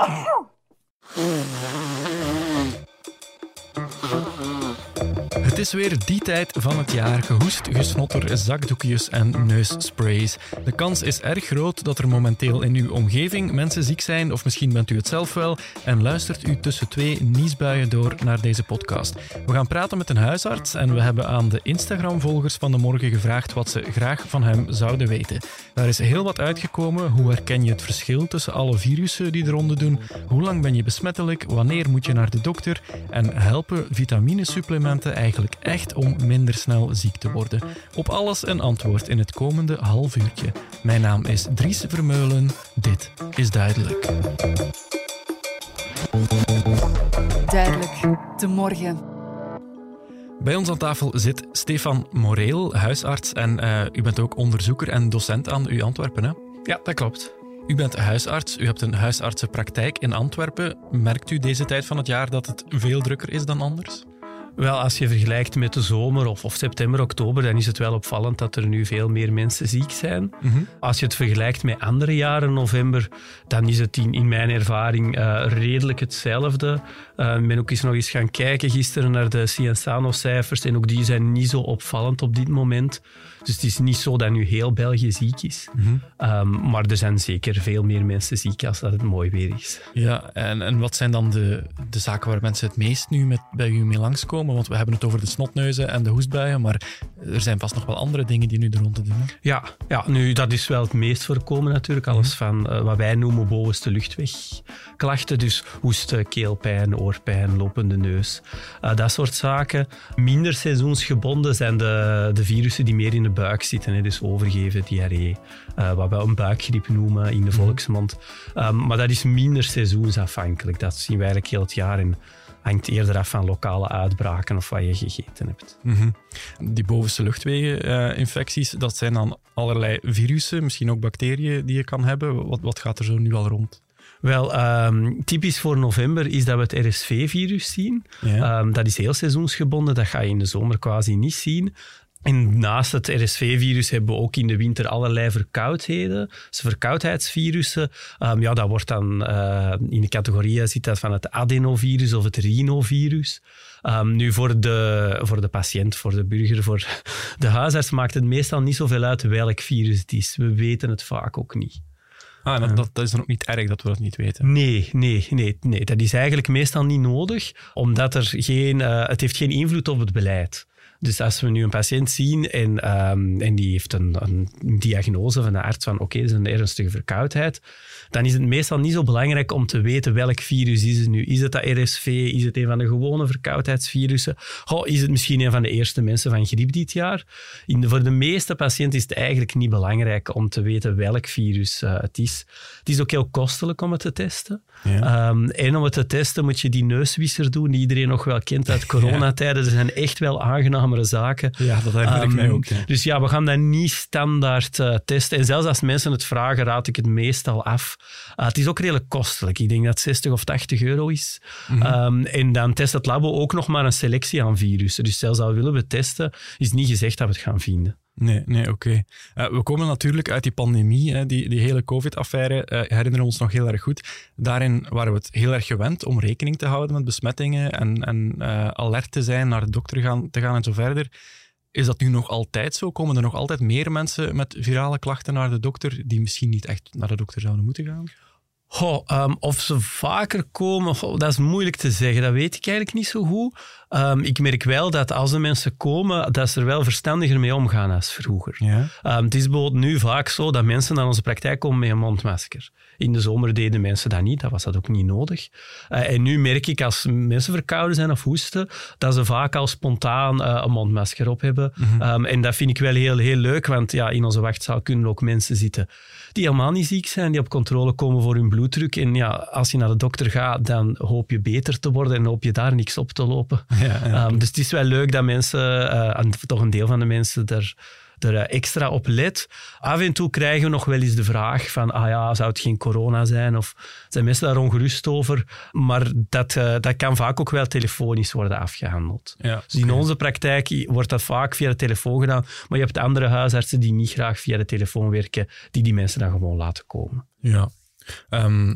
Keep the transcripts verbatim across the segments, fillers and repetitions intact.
Het is weer die tijd van het jaar. Gehoest, gesnotter, zakdoekjes en neussprays. De kans is erg groot dat er momenteel in uw omgeving mensen ziek zijn, of misschien bent u het zelf wel, en luistert u tussen twee niesbuien door naar deze podcast. We gaan praten met een huisarts en we hebben aan de Instagram-volgers van De Morgen gevraagd wat ze graag van hem zouden weten. Daar is heel wat uitgekomen. Hoe herken je het verschil tussen alle virussen die de ronde doen? Hoe lang ben je besmettelijk? Wanneer moet je naar de dokter? En helpen vitaminesupplementen eigenlijk echt om minder snel ziek te worden? Op alles een antwoord in het komende half uurtje. Mijn naam is Dries Vermeulen. Dit is Duidelijk. Duidelijk, De Morgen. Bij ons aan tafel zit Stefan Moreel, huisarts. En uh, u bent ook onderzoeker en docent aan U Antwerpen, hè? Ja, dat klopt. U bent huisarts, u hebt een huisartsenpraktijk in Antwerpen. Merkt u deze tijd van het jaar dat het veel drukker is dan anders? Wel, als je vergelijkt met de zomer of, of september, oktober, dan is het wel opvallend dat er nu veel meer mensen ziek zijn. Mm-hmm. Als je het vergelijkt met andere jaren, november, dan is het in, in mijn ervaring uh, redelijk hetzelfde. Uh, ik ben ook eens nog eens gaan kijken gisteren naar de Cienzano-cijfers en ook die zijn niet zo opvallend op dit moment. Dus het is niet zo dat nu heel België ziek is. Mm-hmm. Um, maar er zijn zeker veel meer mensen ziek als dat het mooi weer is. Ja, en, en wat zijn dan de, de zaken waar mensen het meest nu met, bij u mee langskomen? Want we hebben het over de snotneuzen en de hoestbuien, maar er zijn vast nog wel andere dingen die nu de ronde doen. Hè? Ja, ja, nu dat is wel het meest voorkomen natuurlijk. Alles van uh, wat wij noemen bovenste luchtwegklachten. Dus hoesten, keelpijn, oorpijn, lopende neus. Uh, dat soort zaken. Minder seizoensgebonden zijn de, de virussen die meer in de buik zitten. Hè. Dus overgeven, diarree. Uh, wat we een buikgriep noemen in de volksmond. Um, maar dat is minder seizoensafhankelijk. Dat zien we eigenlijk heel het jaar in. Hangt eerder af van lokale uitbraken of wat je gegeten hebt. Mm-hmm. Die bovenste luchtwegeninfecties, uh, dat zijn dan allerlei virussen, misschien ook bacteriën die je kan hebben. Wat, wat gaat er zo nu al rond? Wel, um, typisch voor november is dat we het R S V-virus zien. Ja. Um, dat is heel seizoensgebonden, dat ga je in de zomer quasi niet zien. En naast het R S V-virus hebben we ook in de winter allerlei verkoudheden. Dus verkoudheidsvirussen. Um, ja, dat wordt dan uh, in de categorieën zit dat van het adenovirus of het rhinovirus. Um, nu, voor de, voor de patiënt, voor de burger, voor de huisarts maakt het meestal niet zoveel uit welk virus het is. We weten het vaak ook niet. Ah, dat, dat, dat is dan ook niet erg dat we dat niet weten? Nee, nee, nee, nee. Dat is eigenlijk meestal niet nodig, omdat er geen, uh, het heeft geen invloed op het beleid. Dus als we nu een patiënt zien en, um, en die heeft een, een diagnose van de arts van oké, okay, dat is een ernstige verkoudheid, dan is het meestal niet zo belangrijk om te weten welk virus is het nu. Is het dat R S V? Is het een van de gewone verkoudheidsvirussen? Oh, is het misschien een van de eerste mensen van griep dit jaar? In de, voor de meeste patiënten is het eigenlijk niet belangrijk om te weten welk virus uh, het is. Het is ook heel kostelijk om het te testen. Ja. Um, en om het te testen moet je die neuswisser doen, die iedereen nog wel kent uit coronatijden. Er zijn echt wel aangenamere zaken. Ja, dat herinner ik um, mij ook. Ja. Dus ja, we gaan dat niet standaard uh, testen. En zelfs als mensen het vragen, raad ik het meestal af. Uh, het is ook redelijk kostelijk. Ik denk dat het zestig of tachtig euro is. Mm-hmm. Um, en dan test het labo ook nog maar een selectie aan virussen. Dus zelfs al willen we testen, is niet gezegd dat we het gaan vinden. Nee, nee, oké. Okay. Uh, we komen natuurlijk uit die pandemie, hè, die, die hele COVID-affaire, uh, herinneren ons nog heel erg goed. Daarin waren we het heel erg gewend om rekening te houden met besmettingen en, en uh, alert te zijn, naar de dokter gaan, te gaan en zo verder. Is dat nu nog altijd zo? Komen er nog altijd meer mensen met virale klachten naar de dokter die misschien niet echt naar de dokter zouden moeten gaan? Oh, um, of ze vaker komen, oh, dat is moeilijk te zeggen. Dat weet ik eigenlijk niet zo goed. Um, ik merk wel dat als de mensen komen, dat ze er wel verstandiger mee omgaan als vroeger. Ja. Um, het is bijvoorbeeld nu vaak zo dat mensen naar onze praktijk komen met een mondmasker. In de zomer deden mensen dat niet, dat was dat ook niet nodig. Uh, en nu merk ik als mensen verkouden zijn of hoesten, dat ze vaak al spontaan uh, een mondmasker op hebben. Mm-hmm. Um, en dat vind ik wel heel, heel leuk, want ja, in onze wachtzaal kunnen ook mensen zitten die helemaal niet ziek zijn, die op controle komen voor hun bloeddruk. En ja, als je naar de dokter gaat, dan hoop je beter te worden en hoop je daar niks op te lopen. Ja, ja. Um, dus het is wel leuk dat mensen, uh, en toch een deel van de mensen, er, er extra op let. Af en toe krijgen we nog wel eens de vraag van, ah ja, zou het geen corona zijn? Of zijn mensen daar ongerust over? Maar dat, uh, dat kan vaak ook wel telefonisch worden afgehandeld. Ja, dus in okay. onze praktijk wordt dat vaak via de telefoon gedaan. Maar je hebt andere huisartsen die niet graag via de telefoon werken, die die mensen dan gewoon laten komen. Ja. Um, we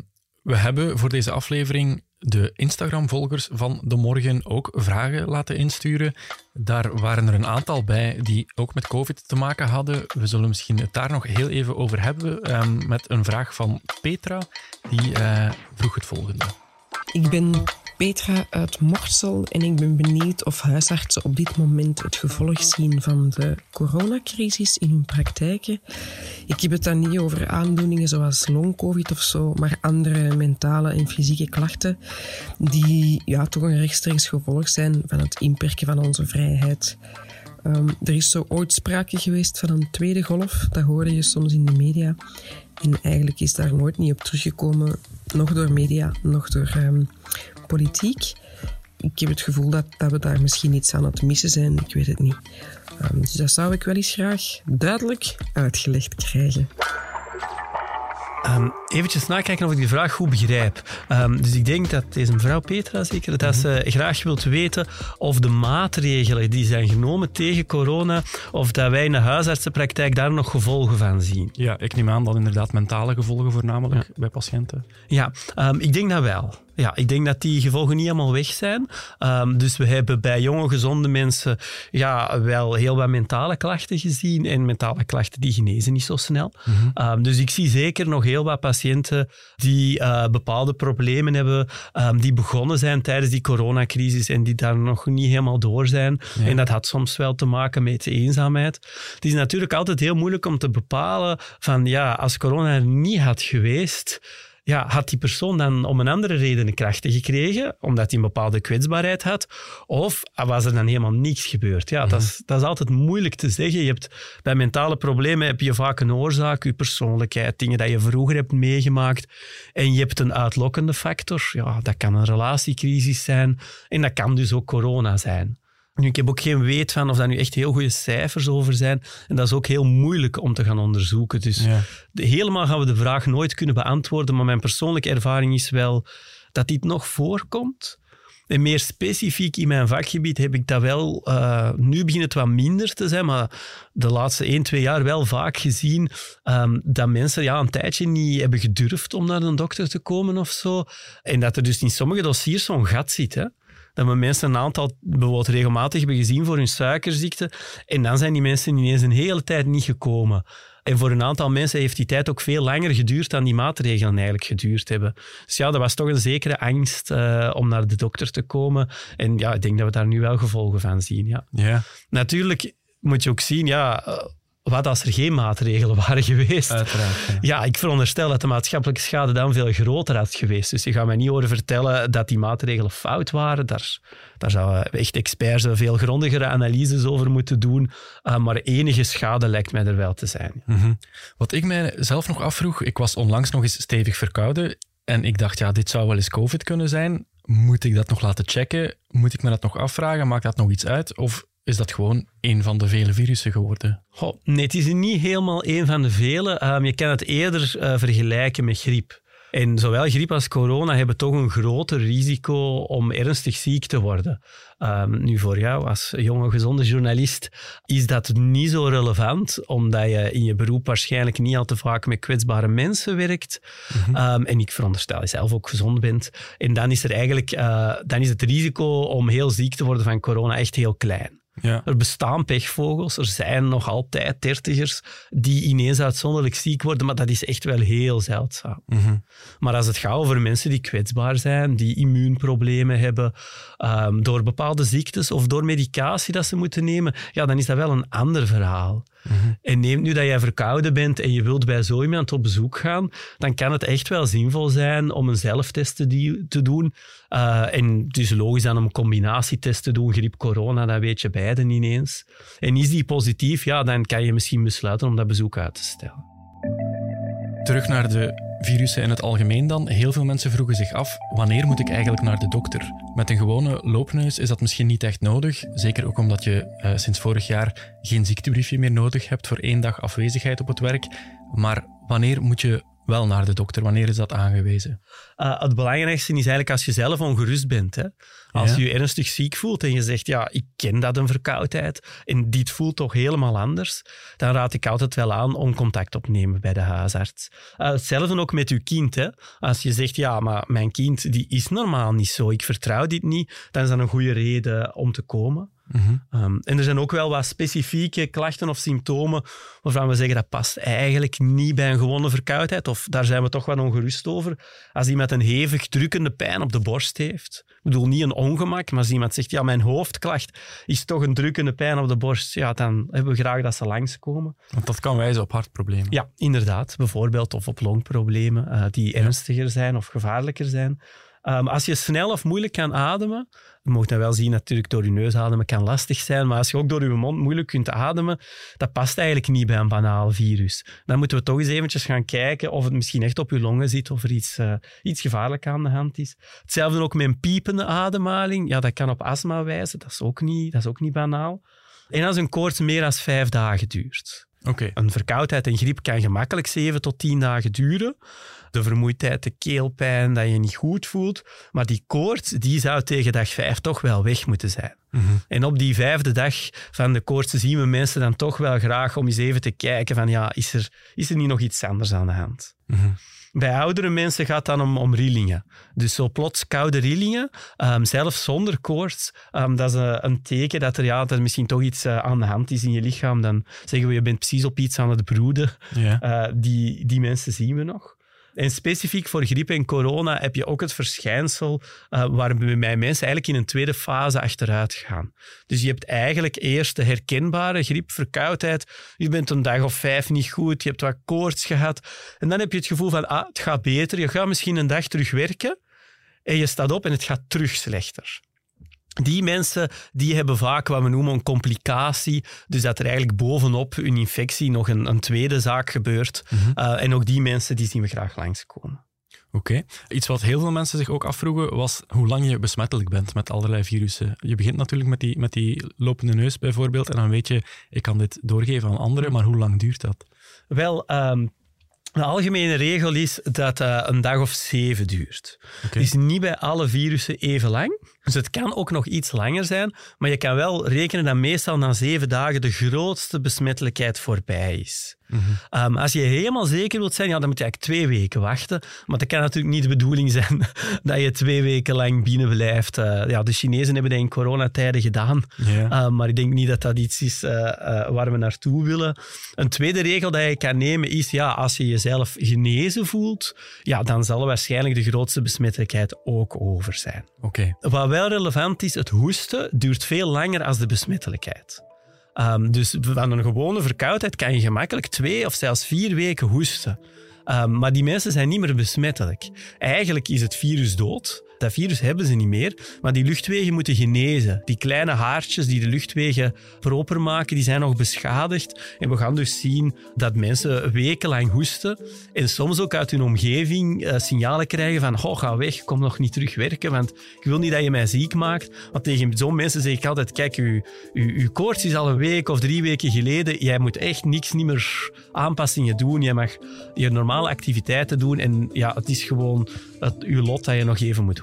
We hebben voor deze aflevering de Instagram-volgers van De Morgen ook vragen laten insturen. Daar waren er een aantal bij die ook met COVID te maken hadden. We zullen misschien het daar nog heel even over hebben um, met een vraag van Petra, die uh, vroeg het volgende. Ik ben Petra uit Mortsel en ik ben benieuwd of huisartsen op dit moment het gevolg zien van de coronacrisis in hun praktijken. Ik heb het dan niet over aandoeningen zoals long-covid of zo, maar andere mentale en fysieke klachten die ja, toch een rechtstreeks gevolg zijn van het inperken van onze vrijheid. Um, er is zo ooit sprake geweest van een tweede golf, dat hoorde je soms in de media. En eigenlijk is daar nooit niet op teruggekomen, nog door media, nog door um, politiek. Ik heb het gevoel dat, dat we daar misschien iets aan het missen zijn, ik weet het niet. Um, dus dat zou ik wel eens graag duidelijk uitgelegd krijgen. Um, eventjes nakijken of ik die vraag goed begrijp. Um, dus ik denk dat deze mevrouw Petra zeker, dat ze graag wilt weten of de maatregelen die zijn genomen tegen corona, of dat wij in de huisartsenpraktijk daar nog gevolgen van zien. Ja, ik neem aan dat inderdaad mentale gevolgen voornamelijk ja. bij patiënten. Ja, um, ik denk dat wel. Ja, ik denk dat die gevolgen niet helemaal weg zijn. Um, dus we hebben bij jonge, gezonde mensen ja, wel heel wat mentale klachten gezien. En mentale klachten die genezen niet zo snel. Mm-hmm. Um, dus ik zie zeker nog heel wat patiënten die uh, bepaalde problemen hebben, um, die begonnen zijn tijdens die coronacrisis en die daar nog niet helemaal door zijn. Ja. En dat had soms wel te maken met eenzaamheid. Het is natuurlijk altijd heel moeilijk om te bepalen van ja, als corona er niet had geweest, ja, had die persoon dan om een andere reden krachten gekregen, omdat hij een bepaalde kwetsbaarheid had, of was er dan helemaal niks gebeurd? Ja, mm-hmm. dat, is, dat is altijd moeilijk te zeggen. Je hebt, bij mentale problemen heb je vaak een oorzaak, je persoonlijkheid, dingen dat je vroeger hebt meegemaakt, en je hebt een uitlokkende factor. Ja, dat kan een relatiecrisis zijn, en dat kan dus ook corona zijn. Nu, ik heb ook geen weet van of daar nu echt heel goede cijfers over zijn. En dat is ook heel moeilijk om te gaan onderzoeken. Dus ja. de, helemaal gaan we de vraag nooit kunnen beantwoorden. Maar mijn persoonlijke ervaring is wel dat dit nog voorkomt. En meer specifiek in mijn vakgebied heb ik dat wel... Uh, nu begint het wat minder te zijn, maar de laatste één, twee jaar wel vaak gezien um, dat mensen ja, een tijdje niet hebben gedurfd om naar een dokter te komen of zo. En dat er dus in sommige dossiers zo'n gat zit, hè. Dat we mensen een aantal bijvoorbeeld regelmatig hebben gezien voor hun suikerziekte. En dan zijn die mensen ineens een hele tijd niet gekomen. En voor een aantal mensen heeft die tijd ook veel langer geduurd dan die maatregelen eigenlijk geduurd hebben. Dus ja, er was toch een zekere angst uh, om naar de dokter te komen. En ja, ik denk dat we daar nu wel gevolgen van zien. Ja. Ja. Natuurlijk moet je ook zien... ja. Uh, Wat als er geen maatregelen waren geweest? Uiteraard, ja. ja, ik veronderstel dat de maatschappelijke schade dan veel groter had geweest. Dus je gaat mij niet horen vertellen dat die maatregelen fout waren. Daar, daar zouden echt experts veel grondigere analyses over moeten doen. Uh, maar enige schade lijkt mij er wel te zijn. Mm-hmm. Wat ik mij zelf nog afvroeg, ik was onlangs nog eens stevig verkouden en ik dacht, ja, dit zou wel eens COVID kunnen zijn. Moet ik dat nog laten checken? Moet ik me dat nog afvragen? Maakt dat nog iets uit? Of is dat gewoon een van de vele virussen geworden? Oh, nee, het is niet helemaal een van de vele. Um, je kan het eerder uh, vergelijken met griep. En zowel griep als corona hebben toch een groter risico om ernstig ziek te worden. Um, nu voor jou als jonge, gezonde journalist is dat niet zo relevant, omdat je in je beroep waarschijnlijk niet al te vaak met kwetsbare mensen werkt. Mm-hmm. Um, en ik veronderstel dat je zelf ook gezond bent. En dan is er eigenlijk uh, dan is het risico om heel ziek te worden van corona echt heel klein. Ja. Er bestaan pechvogels, er zijn nog altijd dertigers die ineens uitzonderlijk ziek worden, maar dat is echt wel heel zeldzaam. Mm-hmm. Maar als het gaat over mensen die kwetsbaar zijn, die immuunproblemen hebben, um, door bepaalde ziektes of door medicatie dat ze moeten nemen, ja, dan is dat wel een ander verhaal. Mm-hmm. En neem nu dat jij verkouden bent en je wilt bij zo iemand op bezoek gaan, dan kan het echt wel zinvol zijn om een zelftest te, die, te doen. Uh, en het is logisch dan om een combinatietest te doen, griep, corona, dat weet je beide niet eens. En is die positief, ja, dan kan je misschien besluiten om dat bezoek uit te stellen. Terug naar de virussen in het algemeen dan. Heel veel mensen vroegen zich af, wanneer moet ik eigenlijk naar de dokter? Met een gewone loopneus is dat misschien niet echt nodig. Zeker ook omdat je uh, sinds vorig jaar geen ziektebriefje meer nodig hebt voor één dag afwezigheid op het werk. Maar wanneer moet je wel naar de dokter? Wanneer is dat aangewezen? Uh, het belangrijkste is eigenlijk als je zelf ongerust bent. Hè? Als Ja. je je ernstig ziek voelt en je zegt, ja, ik ken dat, een verkoudheid, en dit voelt toch helemaal anders, dan raad ik altijd wel aan om contact op te nemen bij de huisarts. Uh, hetzelfde ook met je kind. Hè? Als je zegt, ja, maar mijn kind die is normaal niet zo, ik vertrouw dit niet, dan is dat een goede reden om te komen. Mm-hmm. Um, en er zijn ook wel wat specifieke klachten of symptomen waarvan we zeggen dat past eigenlijk niet bij een gewone verkoudheid, of daar zijn we toch wat ongerust over. Als iemand een hevig drukkende pijn op de borst heeft, ik bedoel niet een ongemak, maar als iemand zegt, ja, mijn hoofdklacht is toch een drukkende pijn op de borst, ja, dan hebben we graag dat ze langskomen. Want dat kan wijzen op hartproblemen. Ja, inderdaad. Bijvoorbeeld of op longproblemen uh, die ernstiger zijn of gevaarlijker zijn. Um, als je snel of moeilijk kan ademen, je mag dan wel zien natuurlijk door je neus ademen kan lastig zijn, maar als je ook door je mond moeilijk kunt ademen, dat past eigenlijk niet bij een banaal virus. Dan moeten we toch eens eventjes gaan kijken of het misschien echt op je longen zit of er iets, uh, iets gevaarlijk aan de hand is. Hetzelfde ook met een piepende ademhaling. Ja, dat kan op astma wijzen. Dat is ook niet, dat is ook niet banaal. En als een koorts meer dan vijf dagen duurt. Oké. Een verkoudheid en griep kan gemakkelijk zeven tot tien dagen duren. De vermoeidheid, de keelpijn, dat je je niet goed voelt. Maar die koorts die zou tegen dag vijf toch wel weg moeten zijn. Mm-hmm. En op die vijfde dag van de koorts zien we mensen dan toch wel graag om eens even te kijken van ja, is er, is er niet nog iets anders aan de hand? Mm-hmm. Bij oudere mensen gaat het dan om, om rillingen. Dus zo plots koude rillingen, um, zelfs zonder koorts, um, dat is een, een teken dat er, ja, dat er misschien toch iets uh, aan de hand is in je lichaam. Dan zeggen we, je bent precies op iets aan het broeden. Ja. Uh, die, die mensen zien we nog. En specifiek voor griep en corona heb je ook het verschijnsel uh, waarbij mensen eigenlijk in een tweede fase achteruit gaan. Dus je hebt eigenlijk eerst de herkenbare griep, verkoudheid. Je bent een dag of vijf niet goed, je hebt wat koorts gehad. En dan heb je het gevoel van, ah, het gaat beter. Je gaat misschien een dag terug werken en je staat op en het gaat terug slechter. Die mensen die hebben vaak wat we noemen een complicatie. Dus dat er eigenlijk bovenop hun infectie nog een, een tweede zaak gebeurt. Mm-hmm. Uh, en ook die mensen die zien we graag langskomen. Oké. Okay. Iets wat heel veel mensen zich ook afvroegen was hoe lang je besmettelijk bent met allerlei virussen. Je begint natuurlijk met die, met die lopende neus bijvoorbeeld en dan weet je, ik kan dit doorgeven aan anderen, maar hoe lang duurt dat? Wel, um, de algemene regel is dat uh, een dag of zeven duurt. Okay. Het is niet bij alle virussen even lang. Dus het kan ook nog iets langer zijn, maar je kan wel rekenen dat meestal na zeven dagen de grootste besmettelijkheid voorbij is. Mm-hmm. Um, als je helemaal zeker wilt zijn, ja, dan moet je eigenlijk twee weken wachten. Maar dat kan natuurlijk niet de bedoeling zijn dat je twee weken lang binnen blijft. Uh, ja, de Chinezen hebben dat in coronatijden gedaan. Yeah. Uh, maar ik denk niet dat dat iets is uh, uh, waar we naartoe willen. Een tweede regel dat je kan nemen is, ja, als je jezelf genezen voelt, ja, dan zal waarschijnlijk de grootste besmettelijkheid ook over zijn. Oké. Okay. Wat wel relevant is, het hoesten duurt veel langer dan de besmettelijkheid. Um, dus van een gewone verkoudheid kan je gemakkelijk twee of zelfs vier weken hoesten. Um, maar die mensen zijn niet meer besmettelijk. Eigenlijk is het virus dood. Dat virus hebben ze niet meer, maar die luchtwegen moeten genezen. Die kleine haartjes die de luchtwegen proper maken, die zijn nog beschadigd. En we gaan dus zien dat mensen wekenlang hoesten en soms ook uit hun omgeving uh, signalen krijgen van oh, ga weg, kom nog niet terug werken, want ik wil niet dat je mij ziek maakt. Want tegen zo'n mensen zeg ik altijd, kijk, uw, uw, uw koorts is al een week of drie weken geleden. Jij moet echt niks niet meer aanpassingen doen. Jij mag je normale activiteiten doen en ja, het is gewoon het, uw lot dat je nog even moet hoesten.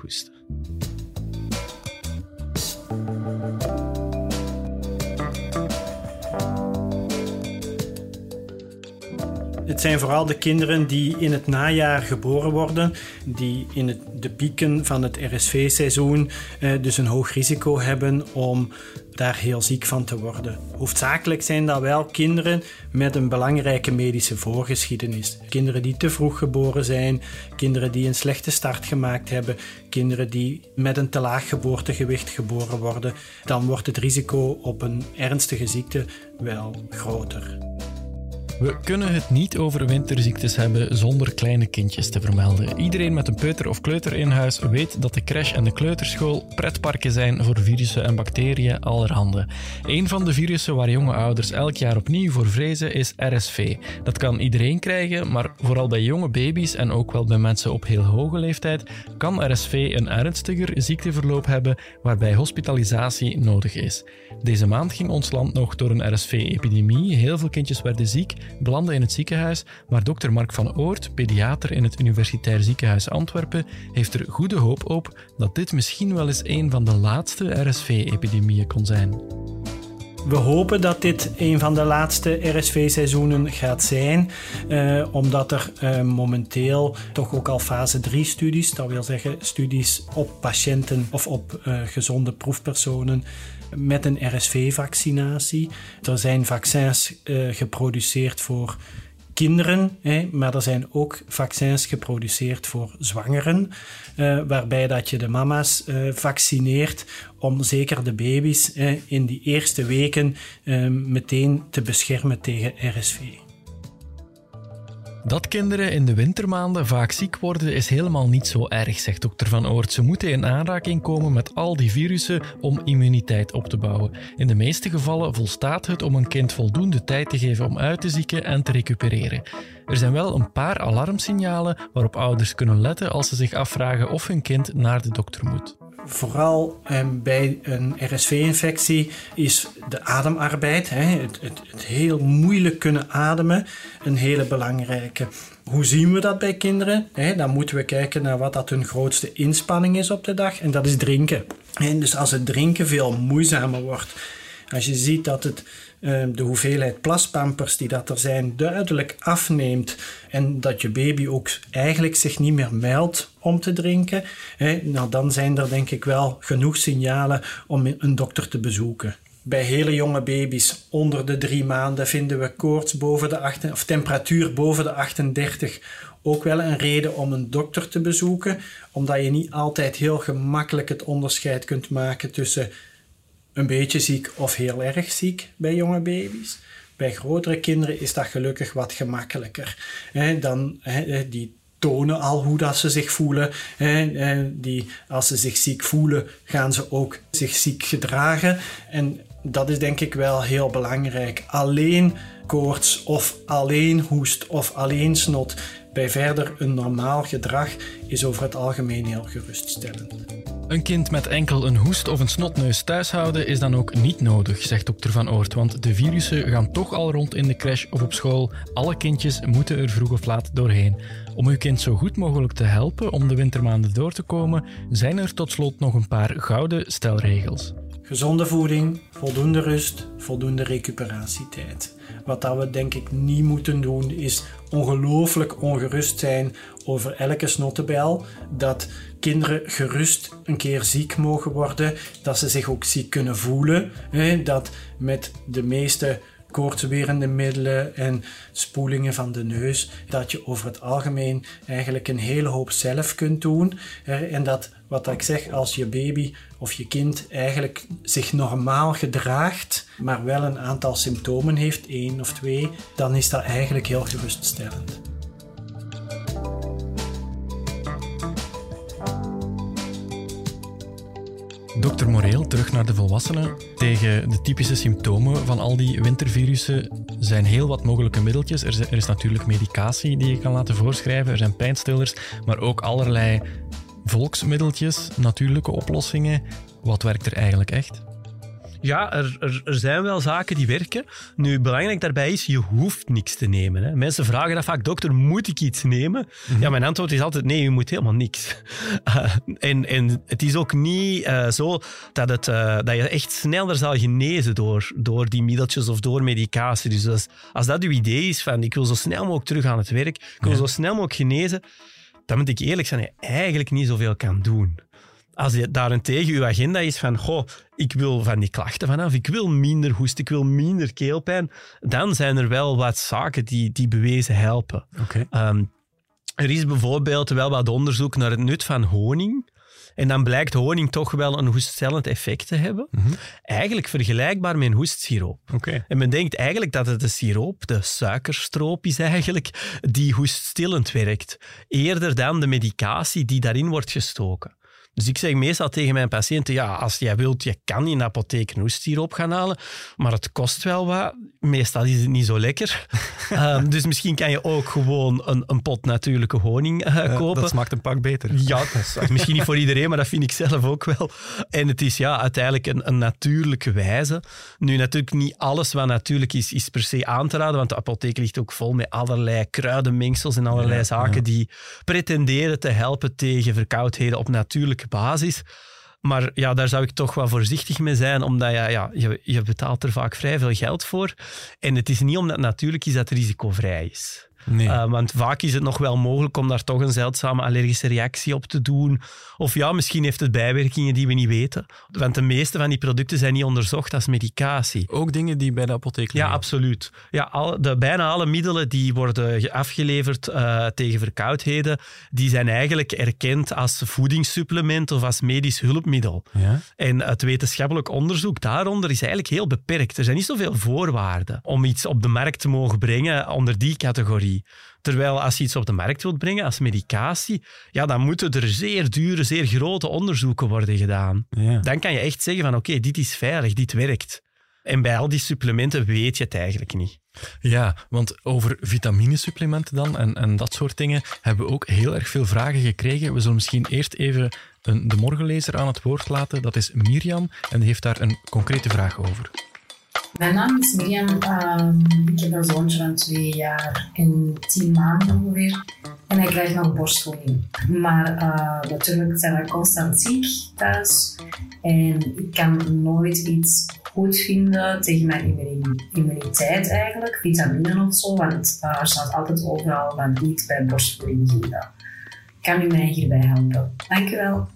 Het zijn vooral de kinderen die in het najaar geboren worden, die in het, de pieken van het R S V-seizoen eh, dus een hoog risico hebben om daar heel ziek van te worden. Hoofdzakelijk zijn dat wel kinderen met een belangrijke medische voorgeschiedenis. Kinderen die te vroeg geboren zijn, kinderen die een slechte start gemaakt hebben, kinderen die met een te laag geboortegewicht geboren worden. Dan wordt het risico op een ernstige ziekte wel groter. We kunnen het niet over winterziektes hebben zonder kleine kindjes te vermelden. Iedereen met een peuter of kleuter in huis weet dat de crash en de kleuterschool pretparken zijn voor virussen en bacteriën allerhande. Een van de virussen waar jonge ouders elk jaar opnieuw voor vrezen is R S V. Dat kan iedereen krijgen, maar vooral bij jonge baby's en ook wel bij mensen op heel hoge leeftijd kan R S V een ernstiger ziekteverloop hebben waarbij hospitalisatie nodig is. Deze maand ging ons land nog door een R S V-epidemie. Heel veel kindjes werden ziek belanden in het ziekenhuis, maar dokter Mark van Oort, pediater in het Universitair Ziekenhuis Antwerpen, heeft er goede hoop op dat dit misschien wel eens een van de laatste R S V-epidemieën kon zijn. We hopen dat dit een van de laatste R S V-seizoenen gaat zijn, eh, omdat er eh, momenteel toch ook al fase drie studies, dat wil zeggen studies op patiënten of op uh, gezonde proefpersonen met een R S V-vaccinatie. Er zijn vaccins uh, geproduceerd voor kinderen, hè, maar er zijn ook vaccins geproduceerd voor zwangeren, uh, waarbij dat je de mama's uh, vaccineert om zeker de baby's uh, in die eerste weken uh, meteen te beschermen tegen R S V. Dat kinderen in de wintermaanden vaak ziek worden is helemaal niet zo erg, zegt dokter Van Oort. Ze moeten in aanraking komen met al die virussen om immuniteit op te bouwen. In de meeste gevallen volstaat het om een kind voldoende tijd te geven om uit te zieken en te recupereren. Er zijn wel een paar alarmsignalen waarop ouders kunnen letten als ze zich afvragen of hun kind naar de dokter moet. Vooral eh, bij een R S V-infectie is de ademarbeid, hè, het, het, het heel moeilijk kunnen ademen, een hele belangrijke. Hoe zien we dat bij kinderen? Hè, dan moeten we kijken naar wat dat hun grootste inspanning is op de dag, en dat is drinken. En dus als het drinken veel moeizamer wordt, als je ziet dat het, uh, de hoeveelheid plaspampers die dat er zijn duidelijk afneemt en dat je baby ook eigenlijk zich niet meer meldt om te drinken, hè, nou dan zijn er denk ik wel genoeg signalen om een dokter te bezoeken. Bij hele jonge baby's onder de drie maanden vinden we koorts boven de acht, of temperatuur boven de achtendertig ook wel een reden om een dokter te bezoeken, omdat je niet altijd heel gemakkelijk het onderscheid kunt maken tussen een beetje ziek of heel erg ziek bij jonge baby's. Bij grotere kinderen is dat gelukkig wat gemakkelijker. Dan, die tonen al hoe dat ze zich voelen. Die, als ze zich ziek voelen, gaan ze ook zich ziek gedragen. En dat is denk ik wel heel belangrijk. Alleen koorts of alleen hoest of alleen snot bij verder een normaal gedrag is over het algemeen heel geruststellend. Een kind met enkel een hoest of een snotneus thuishouden is dan ook niet nodig, zegt dokter Van Oort, want de virussen gaan toch al rond in de crash of op school. Alle kindjes moeten er vroeg of laat doorheen. Om uw kind zo goed mogelijk te helpen om de wintermaanden door te komen, zijn er tot slot nog een paar gouden stelregels. Gezonde voeding, voldoende rust, voldoende recuperatietijd. Wat dat we denk ik niet moeten doen is ongelooflijk ongerust zijn over elke snottebel. Dat kinderen gerust een keer ziek mogen worden. Dat ze zich ook ziek kunnen voelen. Dat met de meeste koortswerende middelen en spoelingen van de neus, dat je over het algemeen eigenlijk een hele hoop zelf kunt doen. En dat, wat ik zeg, als je baby of je kind eigenlijk zich normaal gedraagt, maar wel een aantal symptomen heeft, één of twee, dan is dat eigenlijk heel geruststellend. Dokter Moreel, terug naar de volwassenen. Tegen de typische symptomen van al die wintervirussen zijn heel wat mogelijke middeltjes. Er is, er is natuurlijk medicatie die je kan laten voorschrijven. Er zijn pijnstillers, maar ook allerlei volksmiddeltjes, natuurlijke oplossingen. Wat werkt er eigenlijk echt? Ja, er, er, er zijn wel zaken die werken. Nu, belangrijk daarbij is, je hoeft niks te nemen. Hè. Mensen vragen dat vaak, dokter, moet ik iets nemen? Mm-hmm. Ja, mijn antwoord is altijd, nee, je moet helemaal niks. Uh, en, en het is ook niet uh, zo dat, het, uh, dat je echt sneller zal genezen door, door die middeltjes of door medicatie. Dus als, als dat uw idee is van, ik wil zo snel mogelijk terug aan het werk, ik wil ja. zo snel mogelijk genezen, dan moet ik eerlijk zijn, dat je eigenlijk niet zoveel kan doen. Als je daarentegen je agenda is van, goh, ik wil van die klachten vanaf, ik wil minder hoest, ik wil minder keelpijn, dan zijn er wel wat zaken die, die bewezen helpen. Okay. Um, er is bijvoorbeeld wel wat onderzoek naar het nut van honing. En dan blijkt honing toch wel een hoeststellend effect te hebben. Mm-hmm. Eigenlijk vergelijkbaar met een hoestsiroop. Okay. En men denkt eigenlijk dat het de siroop, de suikerstroop is eigenlijk, die hoeststillend werkt. Eerder dan de medicatie die daarin wordt gestoken. Dus ik zeg meestal tegen mijn patiënten, ja, als jij wilt, je kan in de apotheek een hoestsiroop gaan halen, maar het kost wel wat. meestal is het niet zo lekker. um, dus misschien kan je ook gewoon een, een pot natuurlijke honing uh, uh, kopen. Dat smaakt een pak beter. Ja, dat is misschien niet voor iedereen, maar dat vind ik zelf ook wel. En het is ja, uiteindelijk een, een natuurlijke wijze. Nu, natuurlijk niet alles wat natuurlijk is, is per se aan te raden, want de apotheek ligt ook vol met allerlei kruidenmengsels en allerlei ja, zaken ja. die pretenderen te helpen tegen verkoudheden op natuurlijke basis. Maar ja, daar zou ik toch wel voorzichtig mee zijn, omdat ja, ja, je, je betaalt er vaak vrij veel geld voor. En het is niet omdat het natuurlijk is dat het risicovrij is. Nee. Uh, want vaak is het nog wel mogelijk om daar toch een zeldzame allergische reactie op te doen. Of ja, misschien heeft het bijwerkingen die we niet weten. Want de meeste van die producten zijn niet onderzocht als medicatie. Ook dingen die bij de apotheek liggen? Ja, absoluut. Ja, al, de, bijna alle middelen die worden afgeleverd uh, tegen verkoudheden, die zijn eigenlijk erkend als voedingssupplement of als medisch hulpmiddel. Ja? En het wetenschappelijk onderzoek daaronder is eigenlijk heel beperkt. Er zijn niet zoveel voorwaarden om iets op de markt te mogen brengen onder die categorie. Terwijl als je iets op de markt wilt brengen als medicatie, ja, dan moeten er zeer dure, zeer grote onderzoeken worden gedaan. Ja. Dan kan je echt zeggen van oké, okay, dit is veilig, dit werkt. En bij al die supplementen weet je het eigenlijk niet. Ja, want over vitaminesupplementen dan en, en dat soort dingen hebben we ook heel erg veel vragen gekregen. We zullen misschien eerst even een, de morgenlezer aan het woord laten. Dat is Mirjam en die heeft daar een concrete vraag over. Mijn naam is Mirjam. Uh, ik heb een zoontje van twee jaar en tien maanden ongeveer. En hij krijgt nog borstvoeding. Maar uh, natuurlijk zijn we constant ziek thuis. En ik kan nooit iets goed vinden tegen mijn immuniteit eigenlijk. Vitaminen of zo. Want uh, er staat altijd overal van niet bij borstvoeding geven. Kan u mij hierbij helpen? Dank u wel.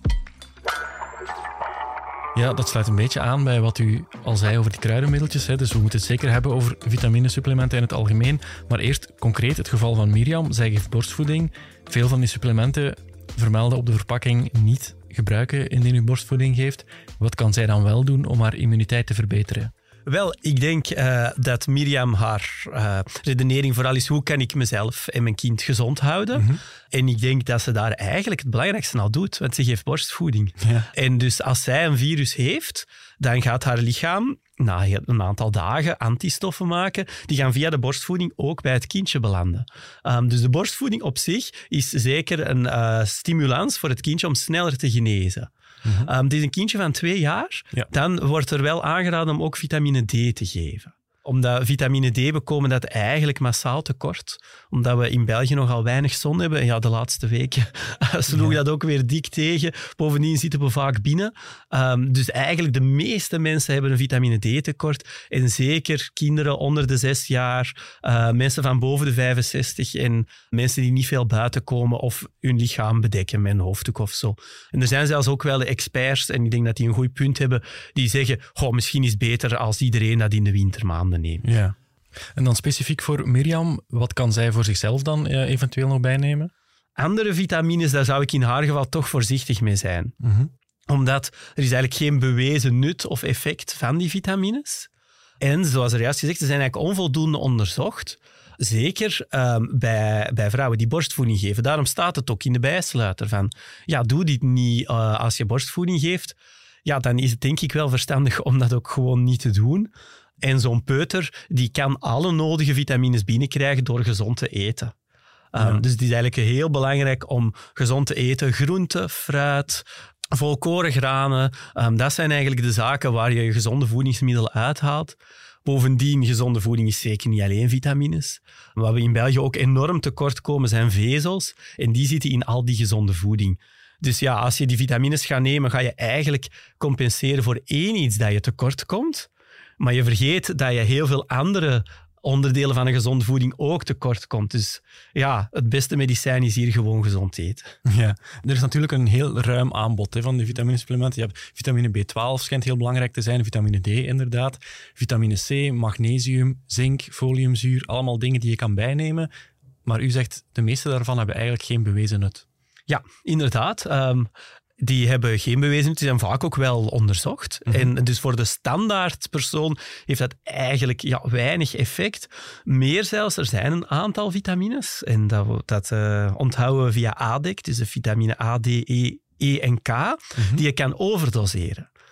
Ja, dat sluit een beetje aan bij wat u al zei over die kruidenmiddeltjes. Hè. Dus we moeten het zeker hebben over vitaminesupplementen in het algemeen. Maar eerst concreet het geval van Mirjam. Zij geeft borstvoeding. Veel van die supplementen vermelden op de verpakking niet gebruiken indien u borstvoeding geeft. Wat kan zij dan wel doen om haar immuniteit te verbeteren? Wel, ik denk uh, dat Mirjam haar uh, redenering vooral is hoe kan ik mezelf en mijn kind gezond houden. Mm-hmm. En ik denk dat ze daar eigenlijk het belangrijkste al doet, want ze geeft borstvoeding. Ja. En dus als zij een virus heeft, dan gaat haar lichaam na een aantal dagen antistoffen maken. Die gaan via de borstvoeding ook bij het kindje belanden. Um, dus de borstvoeding op zich is zeker een uh, stimulans voor het kindje om sneller te genezen. Mm-hmm. Um, het is een kindje van twee jaar. Ja. Dan wordt er wel aangeraden om ook vitamine D te geven. Omdat vitamine D, we komen dat eigenlijk massaal tekort. Omdat we in België nogal weinig zon hebben. En ja, de laatste weken sloeg ja. dat ook weer dik tegen. Bovendien zitten we vaak binnen. Um, dus eigenlijk de meeste mensen hebben een vitamine D tekort. En zeker kinderen onder de zes jaar, uh, mensen van boven de vijfenzestig en mensen die niet veel buiten komen of hun lichaam bedekken met een hoofddoek of zo. En er zijn zelfs ook wel de experts, en ik denk dat die een goed punt hebben, die zeggen, goh, misschien is het beter als iedereen dat in de wintermaanden neemt. Ja. En dan specifiek voor Mirjam, wat kan zij voor zichzelf dan uh, eventueel nog bijnemen? Andere vitamines, daar zou ik in haar geval toch voorzichtig mee zijn. Mm-hmm. Omdat er is eigenlijk geen bewezen nut of effect van die vitamines. En zoals er juist gezegd, ze zijn eigenlijk onvoldoende onderzocht. Zeker um, bij, bij vrouwen die borstvoeding geven. Daarom staat het ook in de bijsluiter van, ja, doe dit niet uh, als je borstvoeding geeft. Ja, dan is het denk ik wel verstandig om dat ook gewoon niet te doen. En zo'n peuter die kan alle nodige vitamines binnenkrijgen door gezond te eten. Um, ja. Dus het is eigenlijk heel belangrijk om gezond te eten. Groente, fruit, volkoren granen. Um, dat zijn eigenlijk de zaken waar je gezonde voedingsmiddelen uithaalt. Bovendien, gezonde voeding is zeker niet alleen vitamines. Wat we in België ook enorm tekort komen zijn vezels. En die zitten in al die gezonde voeding. Dus ja, als je die vitamines gaat nemen, ga je eigenlijk compenseren voor één iets dat je tekort komt. Maar je vergeet dat je heel veel andere onderdelen van een gezonde voeding ook tekort komt. Dus ja, het beste medicijn is hier gewoon gezond eten. Ja, er is natuurlijk een heel ruim aanbod hè, van de vitaminesupplementen. Je hebt vitamine B twaalf, schijnt heel belangrijk te zijn. Vitamine D inderdaad. Vitamine C, magnesium, zink, foliumzuur. Allemaal dingen die je kan bijnemen. Maar u zegt, de meeste daarvan hebben eigenlijk geen bewezen nut. Ja, inderdaad. Um, die hebben geen bewezen nut. Die zijn vaak ook wel onderzocht. Mm-hmm. En dus voor de standaardpersoon heeft dat eigenlijk ja, weinig effect. Meer zelfs, er zijn een aantal vitamines. En dat, dat uh, onthouden we via A D E C, dus de vitamine A, D, E, E en K, mm-hmm. die je kan overdoseren.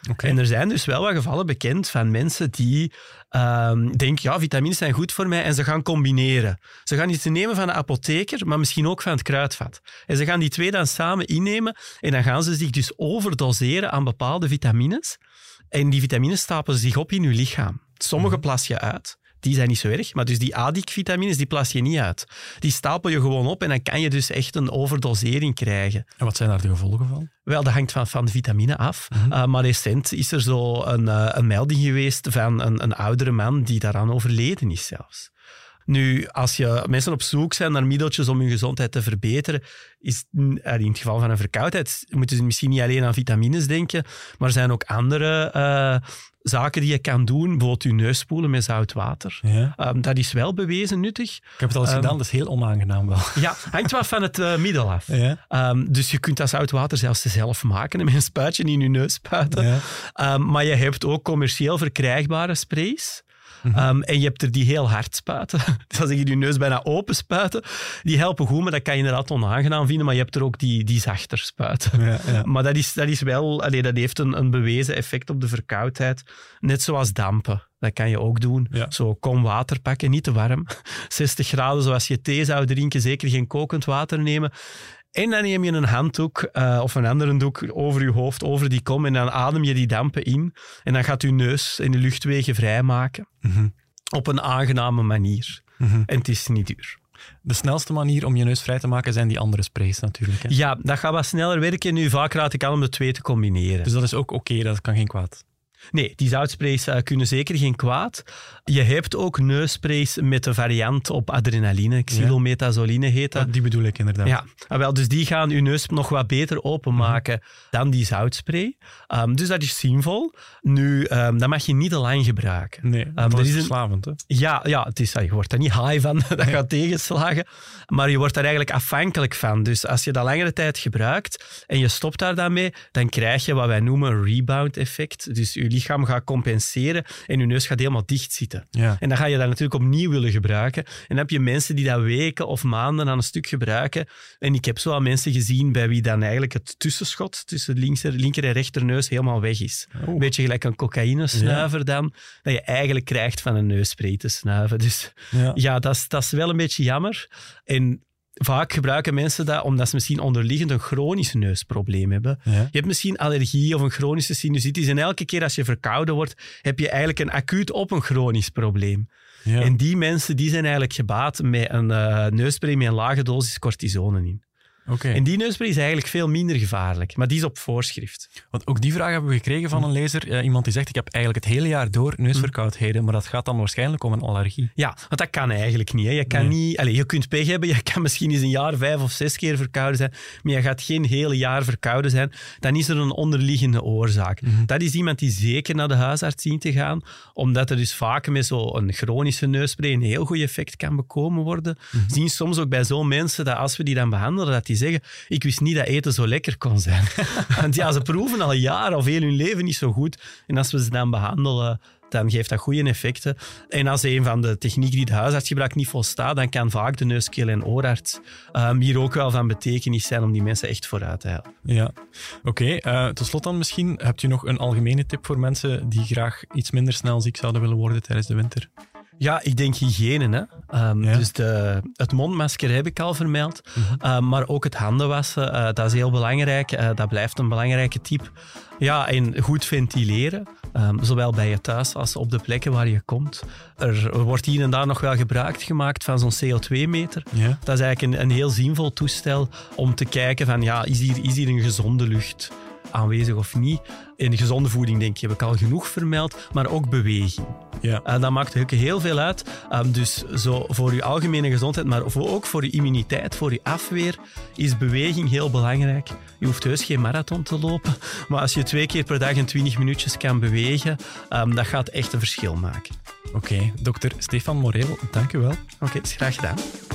Okay. En er zijn dus wel wat gevallen bekend van mensen die um, denken, ja, vitamines zijn goed voor mij en ze gaan combineren. Ze gaan iets nemen van de apotheker, maar misschien ook van het kruidvat. En ze gaan die twee dan samen innemen en dan gaan ze zich dus overdoseren aan bepaalde vitamines. En die vitamines stapelen zich op in je lichaam. Sommige mm. plas je uit. Die zijn niet zo erg, maar dus die A D I C-vitamines, die plas je niet uit. Die stapel je gewoon op en dan kan je dus echt een overdosering krijgen. En wat zijn daar de gevolgen van? Wel, dat hangt van, van de vitamine af. Mm-hmm. Uh, maar recent is er zo een, uh, een melding geweest van een, een oudere man die daaraan overleden is zelfs. Nu, als je mensen op zoek zijn naar middeltjes om hun gezondheid te verbeteren, is in het geval van een verkoudheid moeten ze misschien niet alleen aan vitamines denken, maar er zijn ook andere uh, zaken die je kan doen. Bijvoorbeeld je neus spoelen met zout water. Ja. Um, dat is wel bewezen nuttig. Ik heb het al eens um, gedaan, dat is heel onaangenaam wel. Ja, hangt wel van het uh, middel af. Ja. Um, dus je kunt dat zout water zelfs zelf maken en met een spuitje in je neus spuiten. Ja. Um, maar je hebt ook commercieel verkrijgbare sprays. Mm-hmm. Um, en je hebt er die heel hard spuiten. Dus als je je neus bijna open spuiten, die helpen goed, maar dat kan je inderdaad onaangenaam vinden. Maar je hebt er ook die, die zachter spuiten. Ja, ja. Maar dat is, dat is wel, allee, dat heeft een, een bewezen effect op de verkoudheid. Net zoals dampen. Dat kan je ook doen. Ja. Zo, kom water pakken, niet te warm. zestig graden, zoals je thee zou drinken, zeker geen kokend water nemen. En dan neem je een handdoek uh, of een andere doek over je hoofd, over die kom, en dan adem je die dampen in. En dan gaat je neus en de luchtwegen vrijmaken. Mm-hmm. Op een aangename manier. Mm-hmm. En het is niet duur. De snelste manier om je neus vrij te maken zijn die andere sprays natuurlijk. Hè? Ja, dat gaat wat sneller werken. Nu, vaak raad ik aan om de twee te combineren. Dus dat is ook oké, okay, dat kan geen kwaad. Nee, die zoutsprays uh, kunnen zeker geen kwaad. Je hebt ook neussprays met een variant op adrenaline. Xylometazoline heet dat. Ja, die bedoel ik inderdaad. Ja, wel, dus die gaan je neus nog wat beter openmaken mm-hmm. dan die zoutspray. Um, dus dat is zinvol. Nu, um, dat mag je niet te lang gebruiken. Nee, dat um, is verslavend. Hè? Ja, ja het is, je wordt er niet high van, dat nee. gaat tegenslagen. Maar je wordt daar eigenlijk afhankelijk van. Dus als je dat langere tijd gebruikt en je stopt daar dan mee, dan krijg je wat wij noemen een rebound-effect. Dus je lichaam gaat compenseren en je neus gaat helemaal dicht zitten. Ja. En dan ga je dat natuurlijk opnieuw willen gebruiken. En dan heb je mensen die dat weken of maanden aan een stuk gebruiken. En ik heb zo al mensen gezien bij wie dan eigenlijk het tussenschot tussen de linker, linker en rechterneus helemaal weg is. Oh. Een beetje gelijk een cocaïnesnuiver ja. dan, dat je eigenlijk krijgt van een neusspray te snuiven. Dus ja, ja dat, is, dat is wel een beetje jammer. En vaak gebruiken mensen dat omdat ze misschien onderliggend een chronisch neusprobleem hebben. Ja. Je hebt misschien allergie of een chronische sinusitis en elke keer als je verkouden wordt, heb je eigenlijk een acuut op een chronisch probleem. Ja. En die mensen die zijn eigenlijk gebaat met een uh, neusspray met een lage dosis cortisone in. Okay. En die neusspray is eigenlijk veel minder gevaarlijk, maar die is op voorschrift. Want ook die vraag hebben we gekregen van een lezer. Uh, iemand die zegt, ik heb eigenlijk het hele jaar door neusverkoudheden, maar dat gaat dan waarschijnlijk om een allergie. Ja, want dat kan eigenlijk niet. Hè. Je, kan nee. niet allez, je kunt pech hebben, je kan misschien eens een jaar vijf of zes keer verkouden zijn, maar je gaat geen hele jaar verkouden zijn. Dan is er een onderliggende oorzaak. Mm-hmm. Dat is iemand die zeker naar de huisarts dient te gaan, omdat er dus vaak met zo'n chronische neusspray een heel goed effect kan bekomen worden. Mm-hmm. Zien soms ook bij zo'n mensen dat als we die dan behandelen, dat die zeggen, ik wist niet dat eten zo lekker kon zijn. Want ja, ze proeven al jaren of heel hun leven niet zo goed. En als we ze dan behandelen, dan geeft dat goede effecten. En als een van de technieken die de huisarts gebruikt niet volstaat, dan kan vaak de neus-, keel- en oorarts um, hier ook wel van betekenis zijn om die mensen echt vooruit te helpen. Ja, oké. Okay, uh, tot slot dan misschien, hebt u nog een algemene tip voor mensen die graag iets minder snel ziek zouden willen worden tijdens de winter? Ja, ik denk hygiëne. Hè. Um, ja. Dus de, het mondmasker heb ik al vermeld. Mm-hmm. Uh, maar ook het handen wassen, uh, dat is heel belangrijk. Uh, dat blijft een belangrijke tip. Ja, en goed ventileren. Um, zowel bij je thuis als op de plekken waar je komt. Er, er wordt hier en daar nog wel gebruik gemaakt van zo'n C O twee meter. Ja. Dat is eigenlijk een, een heel zinvol toestel om te kijken van, ja, is hier, is hier een gezonde lucht aanwezig of niet. En gezonde voeding, denk ik, heb ik al genoeg vermeld, maar ook beweging. Ja. Uh, dat maakt ook heel veel uit. Um, dus zo voor je algemene gezondheid, maar voor, ook voor je immuniteit, voor je afweer, is beweging heel belangrijk. Je hoeft heus geen marathon te lopen, maar als je twee keer per dag een twintig minuutjes kan bewegen, um, dat gaat echt een verschil maken. Oké, okay, dokter Stefan Moreel, dank u wel. Oké, okay, dat is graag gedaan.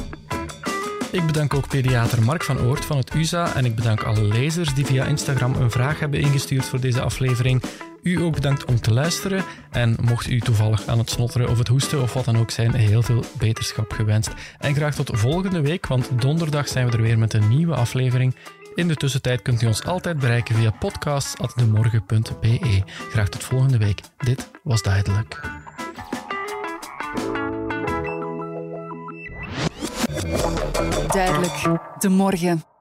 Ik bedank ook pediater Mark van Oort van het U S A en ik bedank alle lezers die via Instagram een vraag hebben ingestuurd voor deze aflevering. U ook bedankt om te luisteren en mocht u toevallig aan het snotteren of het hoesten of wat dan ook zijn, heel veel beterschap gewenst. En graag tot volgende week, want donderdag zijn we er weer met een nieuwe aflevering. In de tussentijd kunt u ons altijd bereiken via podcast at demorgen punt b e. Graag tot volgende week. Dit was Duidelijk. Duidelijk, de morgen.